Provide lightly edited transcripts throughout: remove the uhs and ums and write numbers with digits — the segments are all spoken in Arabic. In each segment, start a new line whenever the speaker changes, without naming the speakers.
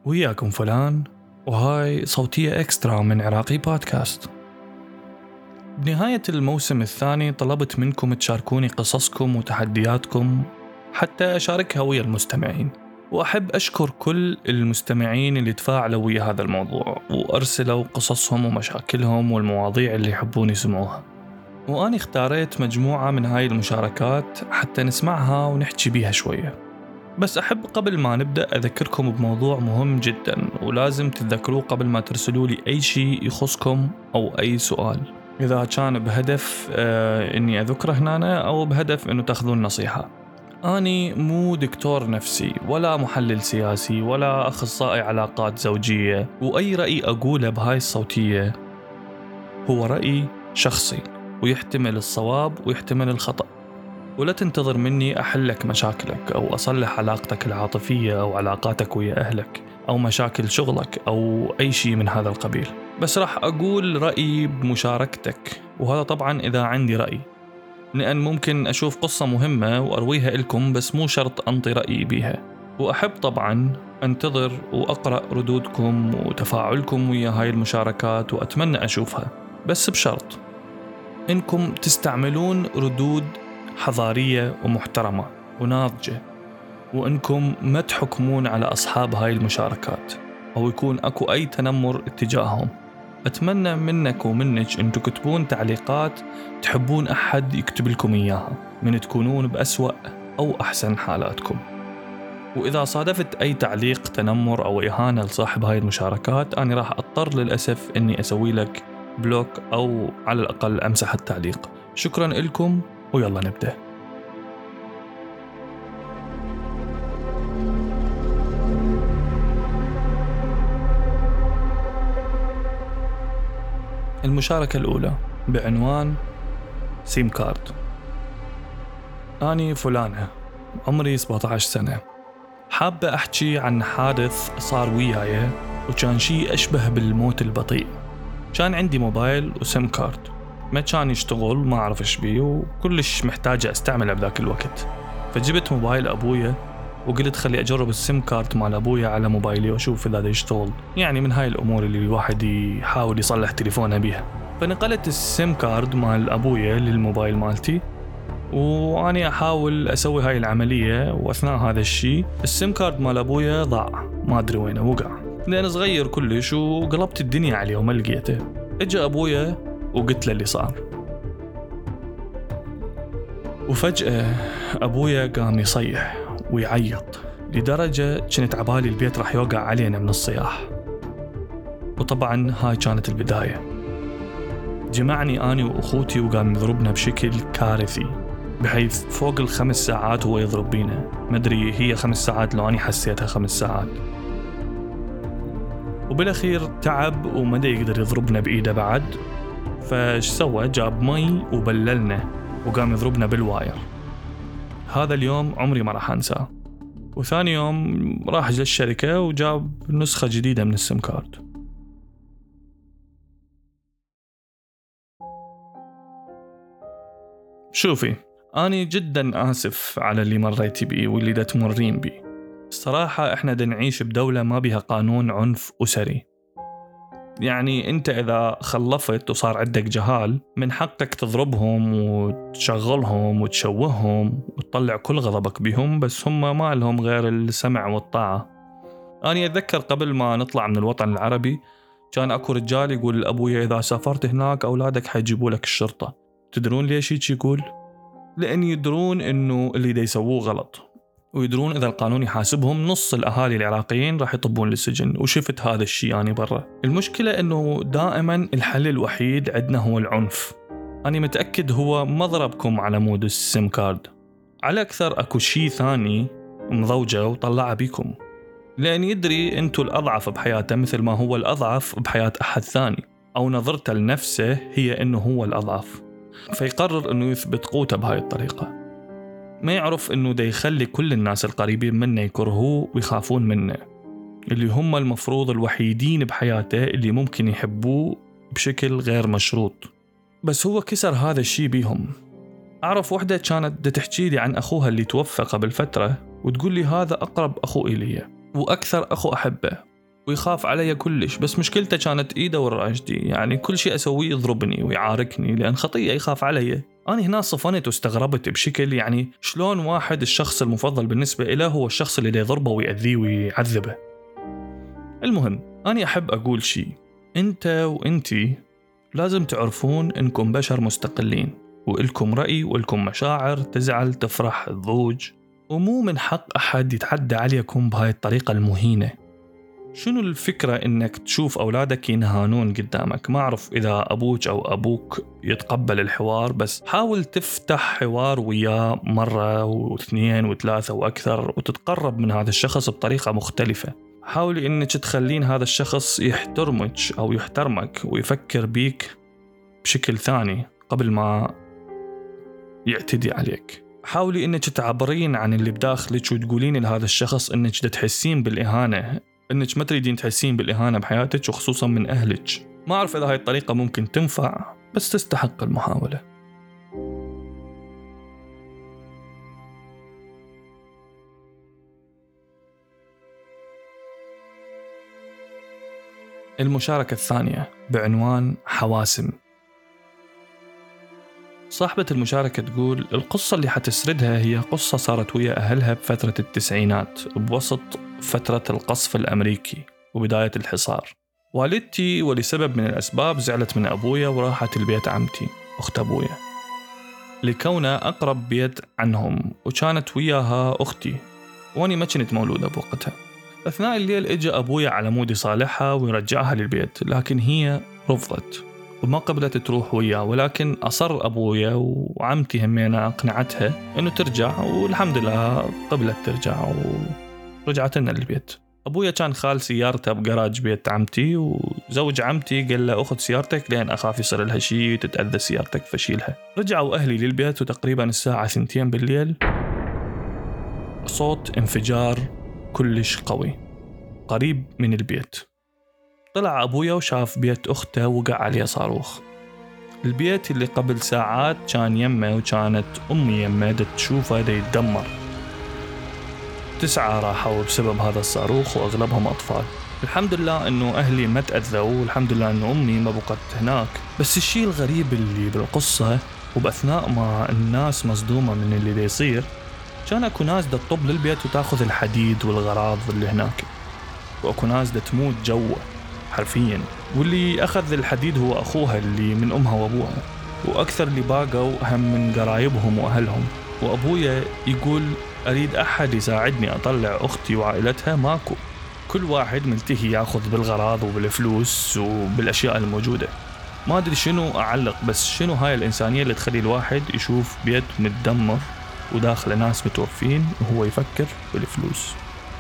وياكم فلان، وهاي صوتية إكسترا من عراقي بودكاست. بنهاية الموسم الثاني طلبت منكم تشاركوني قصصكم وتحدياتكم حتى أشاركها ويا المستمعين، وأحب أشكر كل المستمعين اللي تفاعلوا ويا هذا الموضوع وأرسلوا قصصهم ومشاكلهم والمواضيع اللي يحبون يسمعوها. وأنا اختاريت مجموعة من هاي المشاركات حتى نسمعها ونحكي بيها شوية. بس أحب قبل ما نبدأ أذكركم بموضوع مهم جدا ولازم تتذكروه قبل ما ترسلوا لي أي شيء يخصكم أو أي سؤال، إذا كان بهدف إني أذكره هنا أو بهدف إنه تأخذون نصيحة. أني مو دكتور نفسي ولا محلل سياسي ولا أخصائي علاقات زوجية، وأي رأي أقوله بهاي الصوتية هو رأي شخصي ويحتمل الصواب ويحتمل الخطأ. ولا تنتظر مني أحلك مشاكلك أو أصلح علاقتك العاطفية أو علاقاتك ويا أهلك أو مشاكل شغلك أو أي شيء من هذا القبيل، بس راح أقول رأيي بمشاركتك، وهذا طبعا إذا عندي رأي، لأن ممكن أشوف قصة مهمة وأرويها لكم بس مو شرط أنطي رأيي بيها. وأحب طبعا أنتظر وأقرأ ردودكم وتفاعلكم ويا هاي المشاركات وأتمنى أشوفها، بس بشرط إنكم تستعملون ردود حضارية ومحترمة وناضجة، وإنكم ما تحكمون على أصحاب هاي المشاركات أو يكون أكو أي تنمر اتجاههم. أتمنى منك ومنك أن تكتبون تعليقات تحبون أحد يكتب لكم إياها من تكونون بأسوأ أو أحسن حالاتكم. وإذا صادفت أي تعليق تنمر أو إهانة لصاحب هاي المشاركات، أنا راح أضطر للأسف أني أسوي لك بلوك أو على الأقل أمسح التعليق. شكرا لكم ويلا نبدأ. المشاركة الأولى بعنوان سيم كارد. أني فلانة، عمري 17 سنة، حابة أحكي عن حادث صار وياي وكان شيء أشبه بالموت البطيء. كان عندي موبايل وسيم كارد ما كان يشتغل، ما أعرف إيش بيه وكلش محتاجة أستعمله بذاك الوقت، فجبت موبايل أبويا وقلت خلي أجرب السيم كارد مال أبويا على موبايلي وأشوف إذا يشتغل، يعني من هاي الأمور اللي الواحد يحاول يصلح تليفونه بيها. فنقلت السيم كارد مال أبويا للموبايل مالتي وأنا أحاول أسوي هاي العملية، وأثناء هذا الشيء السيم كارد مال أبويا ضاع، ما أدري وينه، وقع لأن صغير كلش وقلبت الدنيا عليه وما لقيته. اجى أبويا وقلت له اللي صار، وفجأة أبويا قام يصيح ويعيط لدرجة كنت عبالي البيت راح يوقع علينا من الصياح. وطبعا هاي كانت البداية. جمعني أنا وأخوتي وقام يضربنا بشكل كارثي، بحيث فوق 5 ساعات هو يضرب بينا، مدري هي 5 ساعات لو أني حسيتها 5 ساعات. وبالأخير تعب وما يقدر يضربنا بإيده بعد، فاش سوى جاب مي وبللنا وقام يضربنا بالواير. هذا اليوم عمري ما راح أنساه. وثاني يوم راح للشركة وجاب نسخة جديدة من السيم كارد. شوفي، أنا جدا آسف على اللي مريتي بيه واللي دا تمرين بيه. الصراحة إحنا دا نعيش بدولة ما بيها قانون عنف أسري، يعني أنت إذا خلفت وصار عندك جهال من حقك تضربهم وتشغلهم وتشوههم وتطلع كل غضبك بهم، بس هم ما لهم غير السمع والطاعة. أنا أتذكر قبل ما نطلع من الوطن العربي كان أكو رجال يقول لأبويا إذا سافرت هناك أولادك حيجيبوا لك الشرطة. تدرون ليش هيك يقول؟ لأن يدرون إنه اللي دا يسووه غلط، ويدرون إذا القانون يحاسبهم نص الأهالي العراقيين راح يطبون للسجن. وشفت هذا الشيء يعني برا. المشكلة إنه دائما الحل الوحيد عندنا هو العنف. أنا متأكد هو ما ضربكم على مود السيم كارد، على أكثر أكو شيء ثاني مضوجة وطلع بيكم، لأن يدري أنتوا الأضعف بحياته مثل ما هو الأضعف بحياة أحد ثاني، أو نظرته لنفسه هي إنه هو الأضعف، فيقرر إنه يثبت قوته بهاي الطريقة. ما يعرف إنه دا يخلي كل الناس القريبين منه يكرهوه ويخافون منه، اللي هم المفروض الوحيدين بحياته اللي ممكن يحبوه بشكل غير مشروط. بس هو كسر هذا الشيء بيهم. أعرف وحدة كانت دا تحكي لي عن أخوها اللي توفى قبل فترة، وتقول لي هذا أقرب أخو إلي وأكثر أخو أحبه، ويخاف علي كلش، بس مشكلته كانت إيده والراجدي، يعني كل شيء أسويه يضربني ويعاركني لأن خطية يخاف علي. أنا هنا صفنت واستغربت بشكل، يعني شلون واحد الشخص المفضل بالنسبة إله هو الشخص اللي يضربه ويأذيه ويعذبه. المهم أنا أحب أقول شيء، أنت وأنتي لازم تعرفون إنكم بشر مستقلين وإلكم رأي وإلكم مشاعر، تزعل تفرح تضوج، ومو من حق أحد يتعدى عليكم بهاي الطريقة المهينة. شنو الفكرة إنك تشوف أولادك ينهانون قدامك؟ ما أعرف إذا أبوك أو أبوك يتقبل الحوار، بس حاول تفتح حوار وياه مرة واثنين وثلاثة وأكثر وتتقرب من هذا الشخص بطريقة مختلفة. حاولي إنك تخلين هذا الشخص يحترمك أو يحترمك ويفكر بيك بشكل ثاني قبل ما يعتدي عليك. حاولي إنك تعبرين عن اللي بداخلك وتقولين لهذا الشخص إنك تحسين بالإهانة، إنك ما تريدين تحسين بالإهانة بحياتك وخصوصا من أهلك. ما أعرف إذا هاي الطريقة ممكن تنفع، بس تستحق المحاولة. المشاركة الثانية بعنوان حواسم. صاحبة المشاركة تقول القصة اللي حتسردها هي قصة صارت ويا أهلها بفترة التسعينات بوسط فترة القصف الأمريكي وبداية الحصار. والدتي ولسبب من الأسباب زعلت من أبويا وراحت البيت عمتي أخت أبويا لكونه أقرب بيت عنهم، وكانت وياها أختي وأني ما كنت مولودة بوقتها. أثناء الليل إجا أبويا على مود يصالحها ويرجعها للبيت، لكن هي رفضت وما قبلت تروح وياه، ولكن أصر أبويا وعمتي همينة أقنعتها إنه ترجع، والحمد لله قبلت ترجع ورجعت لنا للبيت. أبويا كان خال سيارته بجراج بيت عمتي، وزوج عمتي قال له أخذ سيارتك لأن أخاف يصير لها شيء تتأذى سيارتك فشيلها. رجعوا أهلي للبيت وتقريبا الساعة 2 بالليل صوت انفجار كلش قوي قريب من البيت. طلع أبويا وشاف بيت أخته وقع عليه صاروخ. البيت اللي قبل ساعات كان يمه وكانت أمي يمه تشوفه دا يتدمر. 9 راحوا بسبب هذا الصاروخ وأغلبهم أطفال. الحمد لله أنه أهلي ما تأذوا، والحمد لله أنه أمي ما بقت هناك. بس الشيء الغريب اللي بالقصة، وبأثناء ما الناس مصدومة من اللي دا يصير، كان أكو ناس دا تطب للبيت وتاخذ الحديد والغراض اللي هناك، وأكو ناس دا تموت جوا حرفيا. واللي أخذ الحديد هو أخوها اللي من أمها وأبوها، وأكثر اللي باقوا هم من قرايبهم وأهلهم. وأبويا يقول أريد أحد يساعدني أطلع أختي وعائلتها، ماكو، كل واحد ملتهي ياخذ بالغراض وبالفلوس وبالأشياء الموجودة. ما أدري شنو أعلق، بس شنو هاي الإنسانية اللي تخلي الواحد يشوف بيت متدمر وداخل ناس متوفين وهو يفكر بالفلوس.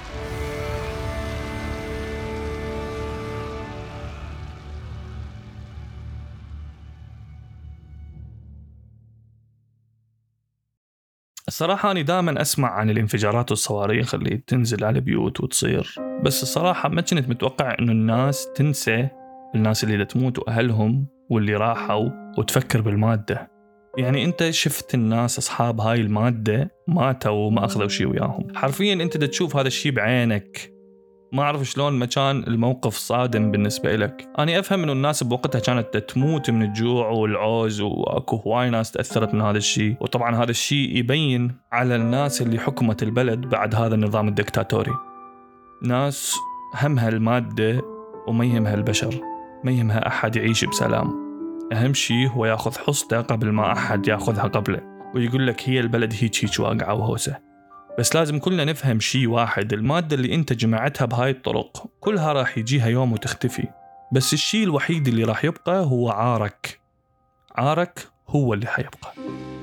الصراحة أنا دائما أسمع عن الانفجارات والصواريخ اللي تنزل على بيوت وتصير، بس الصراحة ما كنت متوقع إنه الناس تنسى الناس اللي تموت وأهلهم واللي راحوا وتفكر بالمادة. يعني أنت شفت الناس أصحاب هاي المادة ماتوا وما أخذوا شيء وياهم، حرفيا أنت تشوف هذا الشيء بعينك. ما أعرف شلون ما كان الموقف صادم بالنسبة لك. أنا أفهم إنه الناس بوقتها كانت تموت من الجوع والعوز، وأكو هواي ناس تأثرت من هذا الشيء، وطبعا هذا الشيء يبين على الناس اللي حكمت البلد بعد هذا النظام الدكتاتوري. ناس همها المادة وما يهمها البشر، ما يهمها أحد يعيش بسلام. أهم شيء هو يأخذ حصته قبل ما أحد يأخذها قبله، ويقول لك هي البلد هيك واقعة وهوسة. بس لازم كلنا نفهم شيء واحد، المادة اللي انت جمعتها بهاي الطرق كلها راح يجيها يوم وتختفي، بس الشيء الوحيد اللي راح يبقى هو عارك. عارك هو اللي حيبقى.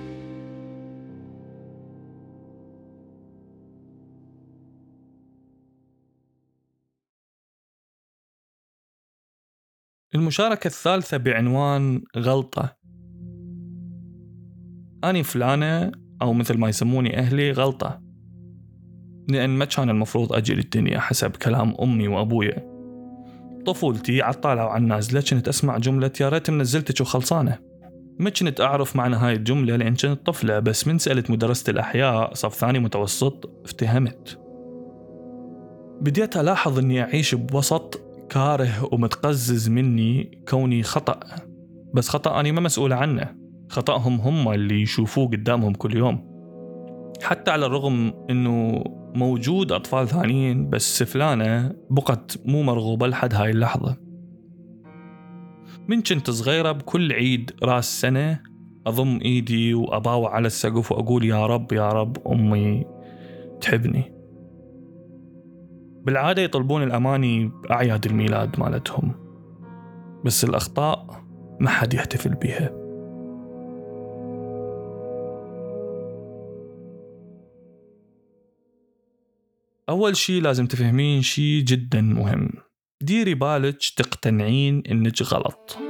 المشاركة الثالثة بعنوان غلطة. أنا فلانة، أو مثل ما يسموني أهلي، غلطة، لأن ما كان المفروض أجي للدنيا حسب كلام أمي وأبويا. طفولتي عالطالع وعالنازلة كنت أسمع جملة يا ريت منزلتك وخلصانة. ما كنت أعرف معنى هاي الجملة لأن كنت طفلة، بس من سألت مدرسة الأحياء صف ثاني متوسط افتهمت. بديت ألاحظ أني أعيش بوسط كاره ومتقزز مني كوني خطأ، بس خطأ أنا ما مسؤول عنه، خطأهم هم اللي يشوفوه قدامهم كل يوم. حتى على الرغم أنه موجود أطفال ثانيين، بس فلانة بقت مو مرغوبة لحد هاي اللحظة. من كنت صغيرة بكل عيد راس سنة أضم إيدي وأباوع على السقف وأقول يا رب يا رب أمي تحبني. بالعادة يطلبون الأماني بأعياد الميلاد مالتهم، بس الأخطاء ما حد يحتفل بيها. أول شي لازم تفهمين شي جدا مهم، ديري بالك تقتنعين إنك غلط.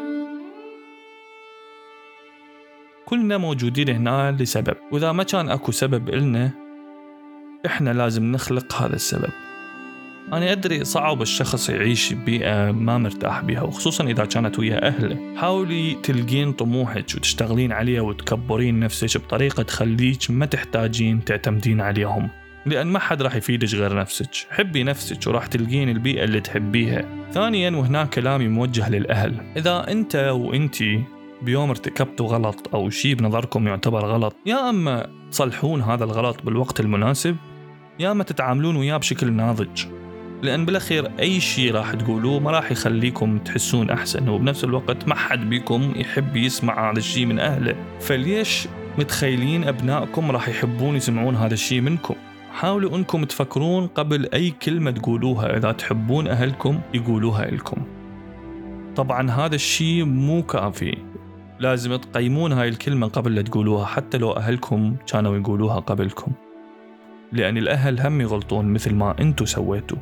كلنا موجودين هنا لسبب، وإذا ما كان أكو سبب إلنا إحنا لازم نخلق هذا السبب. أنا أدري صعب الشخص يعيش ببيئة ما مرتاح بيها، وخصوصا إذا كانت ويا أهله. حاولي تلقين طموحك وتشتغلين عليه وتكبرين نفسك بطريقة تخليك ما تحتاجين تعتمدين عليهم، لأن ما حد راح يفيدك غير نفسك. حبي نفسك وراح تلقين البيئة اللي تحبيها. ثانيا، وهنا كلامي موجه للأهل، إذا أنت وأنتي بيوم ارتكبتوا غلط أو شيء بنظركم يعتبر غلط، يا أما تصلحون هذا الغلط بالوقت المناسب، يا أما تتعاملون وياه بشكل ناضج، لأن بالأخير أي شيء راح تقولوه ما راح يخليكم تحسون أحسن، وبنفس الوقت ما حد بيكم يحب يسمع هذا الشيء من أهله. فليش متخيلين أبنائكم راح يحبون يسمعون هذا الشيء منكم؟ حاولوا أنكم تفكرون قبل أي كلمة تقولوها، إذا تحبون أهلكم يقولوها لكم. طبعا هذا الشيء مو كافي، لازم تقيمون هاي الكلمة قبل لا تقولوها، حتى لو أهلكم كانوا يقولوها قبلكم، لأن الأهل هم يغلطون مثل ما أنتوا سويتوا.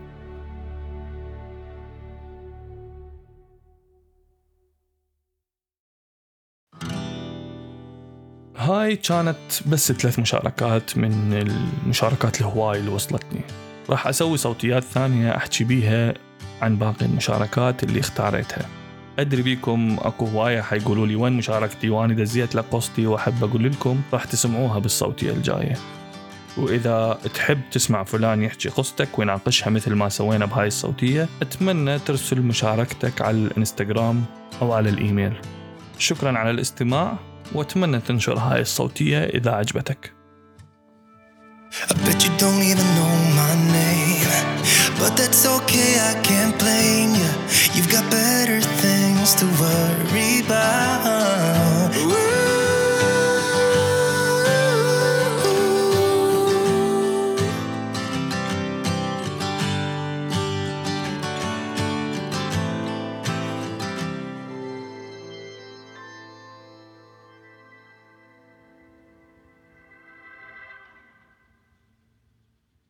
هاي كانت بس 3 مشاركات من المشاركات الهواي اللي وصلتني. راح أسوي صوتيات ثانية أحكي بيها عن باقي المشاركات اللي اختاريتها. أدري بيكم أكو هواية حيقولوا لي وين مشاركتي، وأنا دزيت لك قصتي وأحب أقول لكم راح تسمعوها بالصوتية الجاية. وإذا تحب تسمع فلان يحكي قصتك ويناقشها مثل ما سوينا بهاي الصوتية، أتمنى ترسل مشاركتك على الإنستغرام أو على الإيميل. شكرا على الاستماع، وأتمنى تنشر هاي الصوتية إذا عجبتك.
I bet you don't even know my name, but that's okay, I can't blame you. You've got better things to worry about.